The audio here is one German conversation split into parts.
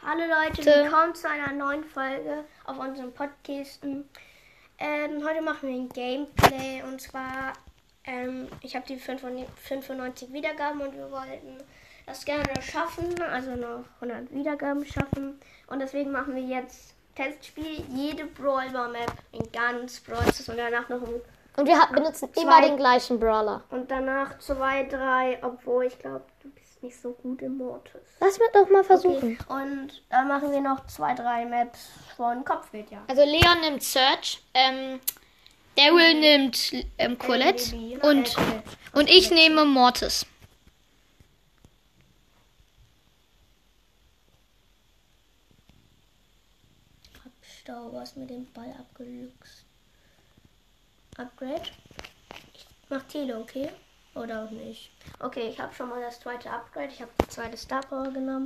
Hallo Leute, willkommen zu einer neuen Folge auf unserem Podcast. Heute machen wir ein Gameplay und zwar, ich habe die 95 Wiedergaben und wir wollten das gerne schaffen, also noch 100 Wiedergaben schaffen. Und deswegen machen wir jetzt Testspiel, jede Brawler-Map in ganz Brawl Stars und danach noch ein... Und wir benutzen immer den gleichen Brawler. Und danach 2, 3, obwohl ich glaube, du bist nicht so gut im Mortis. Lass mal doch mal versuchen. Okay. Und dann machen wir noch 2, 3 Maps von Kopfbild, ja. Also Leon nimmt Search, Daryl nimmt Colette und ich nehme Mortis. Stau, was mit dem Ball abgeluchst. Upgrade. Ich mach Tele, okay? Oder auch nicht. Okay, ich habe schon mal das zweite Upgrade. Ich habe die zweite Star Power genommen.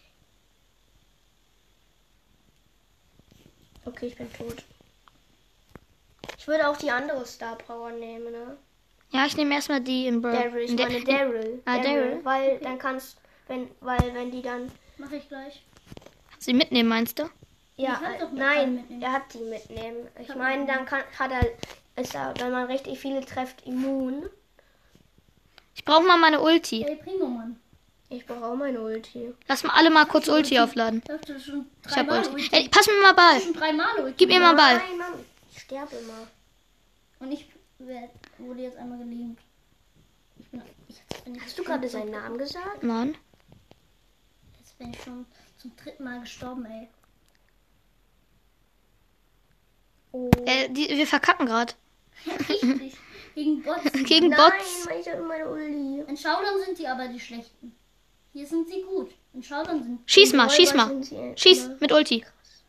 Okay, ich bin tot. Ich würde auch die andere Star Power nehmen, ne? Ja, ich nehme erstmal die in Brawl. Daryl, ich meine Daryl. Daryl. Weil dann kannst, wenn die dann... Mach ich gleich. Sie mitnehmen, meinst du? Ja, nein, er hat die mitnehmen. Ich meine, dann ist er, wenn man richtig viele trifft, immun. Ich brauche mal meine Ulti. Hey, Primo, Mann. Ich brauche auch meine Ulti. Lass mal alle mal kurz Ulti aufladen. Ich hab schon Ich hab dreimal Ulti. Ey, pass mir mal Ball. Schon 3 Mal Ulti. Gib mir mal Ball. Nein, Mann, ich sterbe immer. Und ich wurde jetzt einmal gelähmt. Hast du gerade seinen Namen gesagt? Nein. Jetzt bin ich schon zum 3. Mal gestorben, ey. Oh. Wir verkacken gerade. Richtig. Gegen Bots. Gegen Bots. Nein, ich habe meine Ulti. In Showdown sind die aber die schlechten. Hier sind sie gut. In Showdown sind Schieß mal, schieß Räuber mal. sind sie Schieß immer. mit Ulti.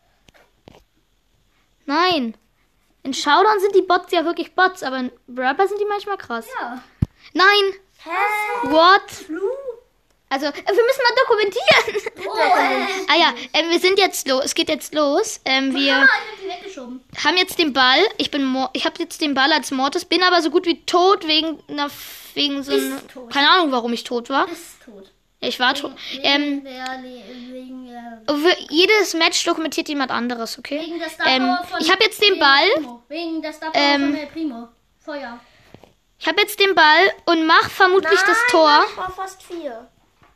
Nein. In Showdown sind die Bots ja wirklich Bots, aber in Brawl sind die manchmal krass. Ja. Nein. Hä? What? Also, wir müssen mal dokumentieren. Oh, Ah ja, wir sind jetzt los. Es geht jetzt los. Wir ich hab die weggeschoben. haben jetzt den Ball. Ich habe jetzt den Ball als Mortis, bin aber so gut wie tot wegen so einer... Ist tot. Keine Ahnung, warum ich tot war. Ist tot. Ich war tot. Wegen Jedes Match dokumentiert jemand anderes, okay? Wegen der Star Power von ich habe jetzt den El Ball. Primo. Wegen der Star Power von El Primo. Feuer. Ich habe jetzt den Ball und mach vermutlich das Nein, Tor. ich war fast 4.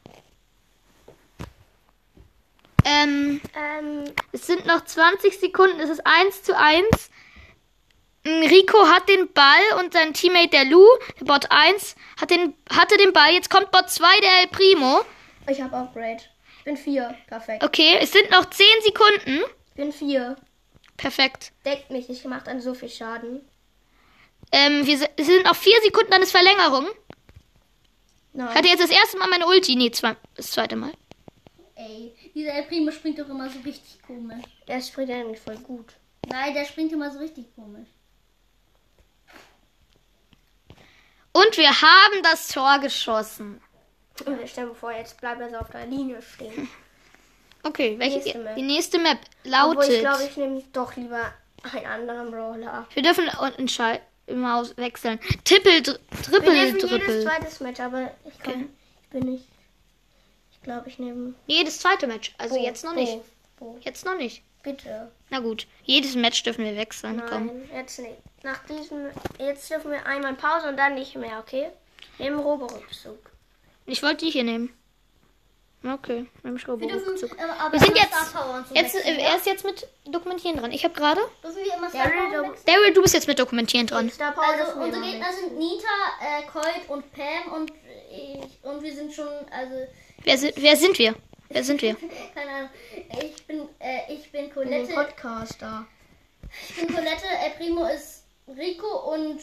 Es sind noch 20 Sekunden. Es ist 1:1. Rico hat den Ball und sein Teammate der Lu, Bot 1, hatte den Ball. Jetzt kommt Bot 2, der El Primo. Ich habe Upgrade. Ich bin 4. Perfekt. Okay, es sind noch 10 Sekunden. Ich bin 4. Perfekt. Deckt mich, ich mache dann so viel Schaden. Es sind noch 4 Sekunden, dann ist Verlängerung. Nein. Ich hatte jetzt das erste Mal meine Ulti. Nee, das zweite Mal. Ey, dieser El Primo springt doch immer so richtig komisch. Der springt eigentlich voll gut. Nein, der springt immer so richtig komisch. Und wir haben das Tor geschossen. Und stell dir vor, jetzt bleibt er so auf der Linie stehen. Okay, Nächste Map. die nächste Map Obwohl lautet... ich glaube, ich nehme doch lieber einen anderen Brawler. Wir dürfen immer auswechseln. Triple, Wir nehmen jedes Triple. zweites Match, aber ich bin nicht. Ich glaube, ich nehme... Jedes zweite Match. Also jetzt noch nicht. Bo. Jetzt noch nicht. Bitte. Na gut. Jedes Match dürfen wir wechseln. Nein, Komm. jetzt nicht. Jetzt dürfen wir einmal Pause und dann nicht mehr, okay? Nehmen Robo-Rückzug. Ich wollte die hier nehmen. Okay, nehme ich Wir Robo-Rückzug. dürfen aber Wir sind immer jetzt... Star Power und so Jetzt, wechseln, er ist jetzt mit Dokumentieren dran. Ich habe gerade... Dürfen wir immer Star Daryl, Power wechseln? Daryl, du bist jetzt mit Dokumentieren dran. Star Power Also dürfen wir unsere immer Gegner sind Nita, Colt und Pam und ich. Und wir sind schon, also... Wer sind wir? Wer sind wir? Keine Ahnung. Ich bin in den Colette. Podcast da. Ich bin Colette, El Primo ist Rico und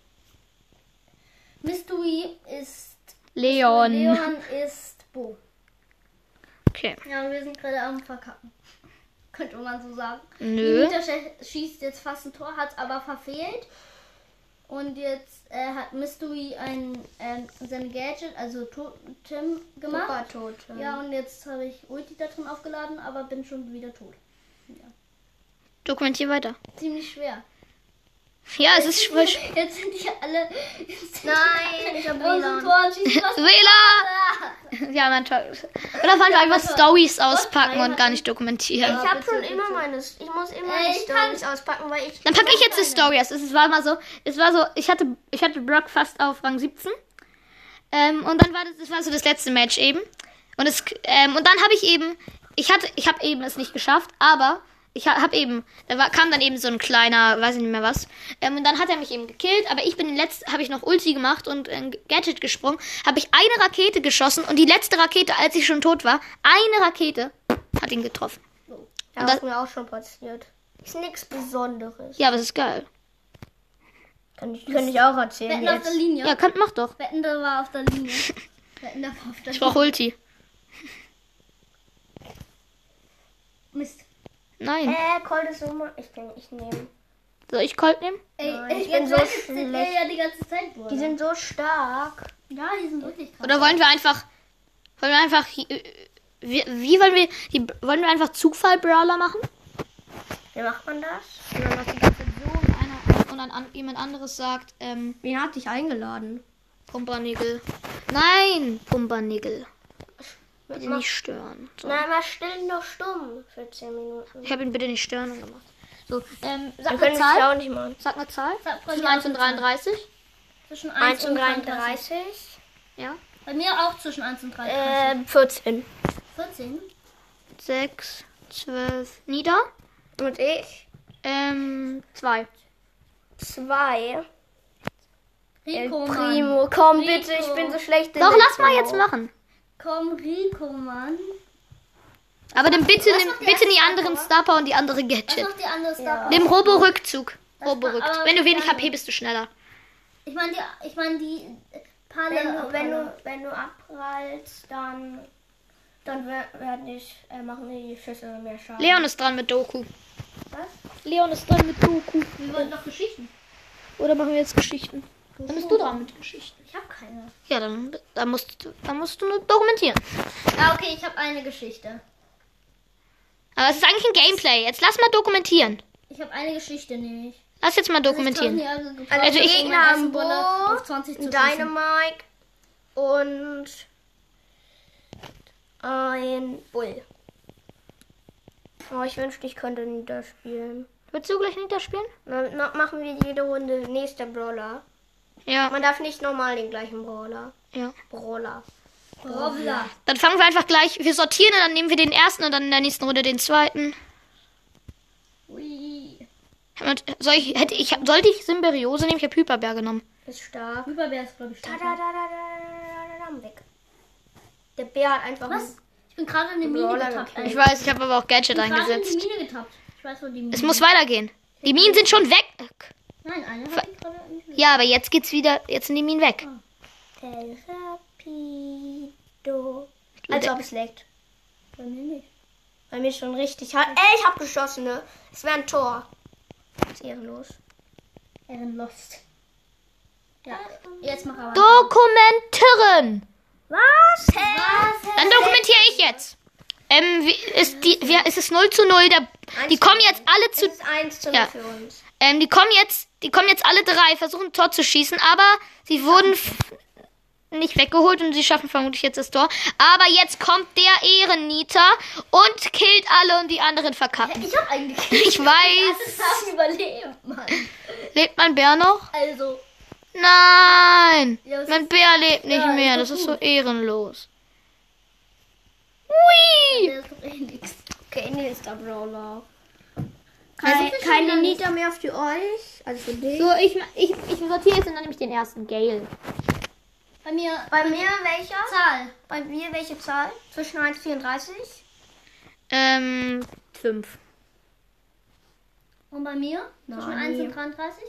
Mystery ist Leon. Leon ist Bo. Okay. Ja, und wir sind gerade am Verkacken. Könnte man so sagen. Nö. Die Nita schießt jetzt fast ein Tor, hat aber verfehlt. Und jetzt hat Mystery sein Gadget, also Totem gemacht. Supertote. Ja, und jetzt habe ich Ulti da drin aufgeladen, aber bin schon wieder tot. Ja. Dokumentier weiter. Ziemlich schwer. Ja, es ist voll Jetzt sind die alle. Nein, ich hab Aus dem WLAN. Tor und schießen was. Wähler! Ja, man oder wollen wir einfach Stories auspacken und gar nicht dokumentieren? Ich habe schon immer ich muss immer die Ich kann- Storys auspacken, weil ich... Dann packe ich jetzt die Story aus. Es war so, ich hatte Brock fast auf Rang 17. Und dann war das war so das letzte Match eben. Und dann habe ich habe eben es nicht geschafft, aber kam dann eben so ein kleiner, weiß ich nicht mehr was. Und dann hat er mich eben gekillt, aber habe ich noch Ulti gemacht und ein Gadget gesprungen, habe ich eine Rakete geschossen und die letzte Rakete, als ich schon tot war, eine Rakete hat ihn getroffen. Ja, das ist mir auch schon passiert. Ist nichts Besonderes. Ja, aber es ist geil. Kann ich auch erzählen Wetten auf der jetzt. Linie. Ja, mach doch. Wetten, der war auf der Linie. Wetten, der war auf der Ich brauche Ulti. Mist. Nein. Cold ist immer... Ich nehme. Soll ich Colt nehmen? Ey, ich bin so sind wir schlecht. ja die ganze Zeit durch. Die sind so stark. Ja, die sind wirklich krass. Oder wollen wir einfach wollen wir einfach Zufall-Brawler machen? Wie macht man das? Und dann läuft die ganze Zeit so und dann jemand anderes sagt, Wen hat dich eingeladen? Pumpernickel. Nein, Pumpernickel. Bitte nicht stören. So. Nein, wir stellen doch stumm für 10 Minuten. Ich habe ihn bitte nicht stören gemacht. So, sag Wir eine können mich Zahl. ja auch nicht machen. Sag eine Zahl. Sag bei Zwischen mir 1 auch und eine Zahl. 33. Zwischen 1 und 33. 33. Ja. Bei mir auch zwischen 1 und 33. 14. 14. 6, 12. Nieder. Und ich? 2. 2. El Rico, Mann. Primo, komm Rico. bitte, ich bin so schlecht in Doch, der lass mal Show. jetzt machen. Komm, Rico, Mann. Aber dann bitte, Was nimm macht die bitte die erste anderen Star Star Power und die andere Was Gadget. macht die andere Star? Nimm Robo-Rückzug. Das Robo-Rückzug. aber Wenn du wenig gerne. HP bist du schneller. Ich meine die Palle. Wenn du abprallst, dann machen die Schüsse mehr Schaden. Leon ist dran mit Doku. Was? Leon ist dran mit Doku. Wir wollten doch Geschichten. Oder machen wir jetzt Geschichten? Dann bist du dran mit Geschichten. Ich habe keine. Ja, dann musst du nur dokumentieren. Ah, okay, ich habe eine Geschichte. Aber es ist eigentlich ein Gameplay. Jetzt lass mal dokumentieren. Ich habe eine Geschichte nämlich. Lass jetzt mal dokumentieren. Also ich- Gegner haben Bo, auf 20 zu Dynamite und ein Bull. Oh, ich wünschte, ich könnte Nita spielen. Willst du gleich Nita spielen? Dann machen wir jede Runde nächster Brawler. Ja. Man darf nicht normal den gleichen Brawler. Ja. Brawler. Brawler. Dann fangen wir einfach gleich. Wir sortieren und dann nehmen wir den ersten und dann in der nächsten Runde den zweiten. Ui. Und sollte ich Symbiose nehmen? Ich habe Hyperbär genommen. Ist stark. Hyperbär ist, glaube ich, Da, stark. da, da, da, da, da, da, weg. Der Bär hat einfach... Was? Ich bin gerade in die Mine Brawler getappt. gekillt. Ich weiß, ich habe aber auch Gadget Ich bin gerade in die eingesetzt. Mine getappt. Ich weiß, wo die Mine Es muss weitergehen. Die Minen sind schon weg. Nein, eine hat ich gerade nicht. Ja, aber jetzt geht's wieder. Jetzt sind die Minen weg. El Rapido. Als ob es leckt. Bei mir nicht. Bei mir schon richtig hart. Ich hab geschossen, ne? Es wäre ein Tor. Ist ehrenlos. Ehrenlost. Ja, jetzt mach aber. Dokumentieren. Was? Dann dokumentiere ich jetzt. Ist es 0:0? Die kommen jetzt alle zu. Es ist 1:0 Ja. für uns. Die kommen jetzt alle drei, versuchen ein Tor zu schießen, aber sie wurden nicht weggeholt und sie schaffen vermutlich jetzt das Tor. Aber jetzt kommt der Ehrennita und killt alle und die anderen verkacken. Ich hab eigentlich Ich weiß. das haben überlebt, Mann. Lebt mein Bär noch? Also, Nein! Ja, was Mein Bär lebt nicht Ja, mehr. ist Das doch ist so gut. ehrenlos. Hui! der ist doch eh nix. Okay, nächster Brawler. Also, Keine Nita mehr für euch. Also für dich. So, ich sortiere jetzt und dann nehme ich den ersten Gale. Bei mir Bei mir welcher? Zahl. Bei mir welche Zahl? Zwischen 1 und 34? 5. Und bei mir? Zwischen Nein. 1 und 33?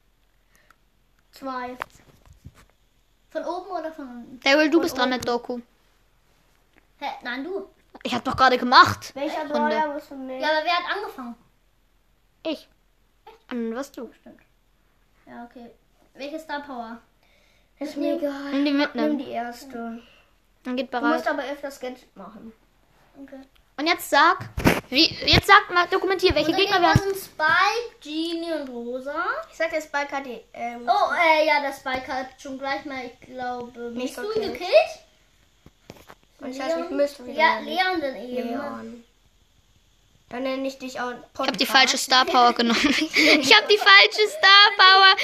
2. Von oben oder von unten? Daryl, du bist dran mit Doku. Hä? Nein, du. Ich hab doch gerade gemacht. Welcher Runde. Brawler musst du nehmen? Ja, aber wer hat angefangen? Ich. Und was du? Ja, okay. Welche Star Power? Ist mir egal. Nimm die Nimm mitnehmen. die erste. Dann geht Du musst bereit. aber öfters Gadget machen. Okay. Und jetzt sag. Jetzt sag mal, dokumentier, welche Gegner wir haben. sind Spike, Genie und Rosa. Ich sag, der Spike hat die. Ja, der Spike hat schon gleich mal, ich glaube, Nicht Mystery gekillt. gekillt. Und ich weiß nicht, Mystery. Ja, Leon dann eben. Leon. Dann nenne ich dich auch Podcast. Ich habe die falsche Star Power genommen. Ich habe die falsche Star Power.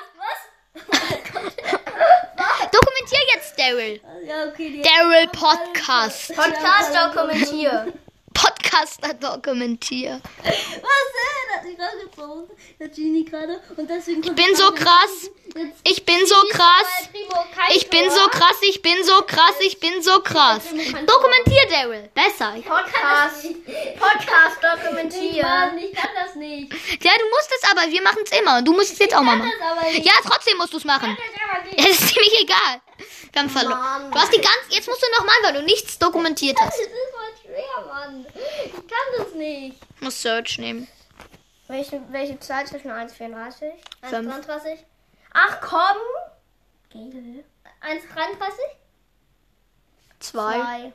Was? Dokumentier jetzt, Daryl. Ja, okay. Daryl Podcast. Podcast dokumentier. Podcaster dokumentier. Was denn? Hat sich rangezogen. Der Genie gerade. Und deswegen Ich bin so krass. Ich bin so krass. Ich bin so krass. Ich bin so krass. Ich bin so krass. Dokumentier, Daryl. Besser. Podcast dokumentieren. Mann, ich kann das nicht. Ja, du musst es aber. Wir machen es immer. Du musst es jetzt auch mal machen. Das aber nicht. Ja, trotzdem musst du es machen. Das aber nicht. Es ist ziemlich egal. Wir haben verloren. Mann. Du hast die ganze. Jetzt musst du nochmal, weil du nichts dokumentiert hast. Das ist voll schwer, Mann. Ich kann das nicht. Ich muss Search nehmen. Welche Zahl zwischen 1,34? 1,33? Ach komm! Gel. 1,33? 2.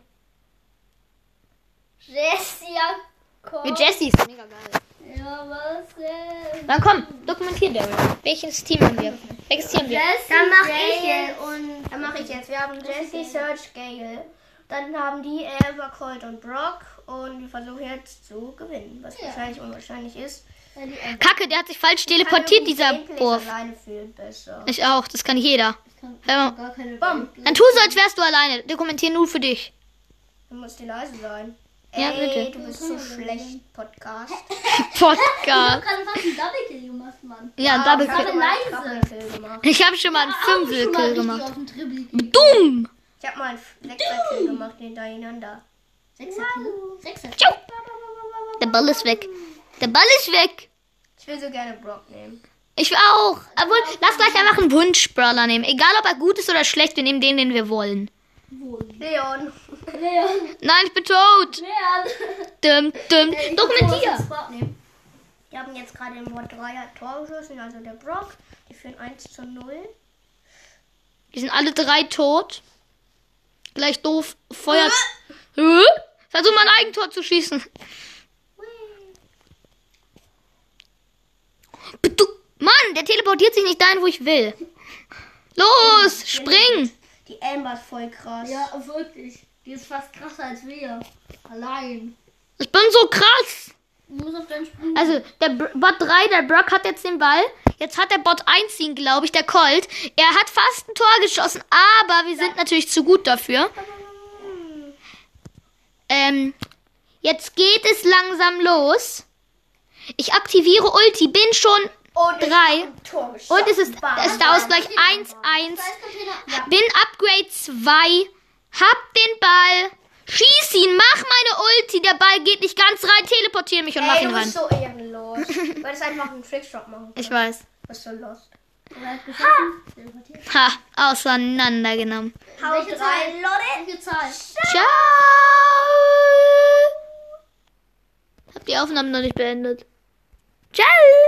Jessia, komm. Mit Jessie ist mega geil. Ja, was denn? Dann komm, dokumentier, Daryl. Welches Team haben wir? Welches Team haben wir? Dann mach ich Gale jetzt. und Dann mache ich jetzt. Wir haben Jessie, Serge, Gale. Dann haben die Amber, Colt und Brock. Und wir versuchen jetzt zu gewinnen. Was wahrscheinlich unwahrscheinlich ist. Kacke, der hat sich falsch teleportiert, dieser Gameplays Wurf. alleine fühlt besser. Ich auch, das kann jeder. gar keine Bom. Dann tu so, als wärst du alleine. Dokumentier nur für dich. Du musst die leise sein. Ja, Ey, bitte. du bist so schlecht, Podcast. Podcast. Ich hab gerade fast einen Double-Kill gemacht, Mann. Ja, Ich Double habe Kill. mal leise. einen Triple-Kill gemacht. Ich habe schon mal einen Fünfel-Kill gemacht. Auf den Triple Kill. Dumm! Ich habe mal einen 6er-Kill gemacht hintereinander. 6er. Ciao. Der Ball ist weg. Der Ball ist weg. Ich will so gerne Brock nehmen. Ich auch. Obwohl, lass gleich einfach einen Wunsch-Brawler nehmen. Egal, ob er gut ist oder schlecht, wir nehmen den wir wollen. Leon. Leon. Nein, ich bin tot. Leon. Dokumentier. Die haben jetzt gerade im Mod 3 Tor geschossen, also der Brock. Die führen 1:0. Die sind alle 3 tot. Gleich doof. Feuert. Hä? Versuch mal ein Eigentor zu schießen. Du, Mann, der teleportiert sich nicht dahin, wo ich will. Los, spring. Die Amber ist voll krass. Ja, wirklich. Die ist fast krasser als wir. Allein. Ich bin so krass. Du musst auf deinen Sprung. Also, der Bot 3, der Brock hat jetzt den Ball. Jetzt hat der Bot 1 ihn, glaube ich, der Colt. Er hat fast ein Tor geschossen, aber wir sind natürlich zu gut dafür. Jetzt geht es langsam los. Ich aktiviere Ulti, bin schon Und 3. Und es ist Bam. der Ausgleich 1-1. Bin Upgrade 2. Hab den Ball. Schieß ihn, mach meine Ulti. Der Ball geht nicht ganz rein. Teleportiere mich und mach Ey, ihn du rein. bist so ehrenlos. Weil das einfach einen Trickshot machen kann. Ich weiß. Du bist so lost. Wer hat geschossen? Ha, auseinandergenommen. Haut Welche rein, Leute. Welche Zahl? Ciao. Hab die Aufnahme noch nicht beendet. Ciao.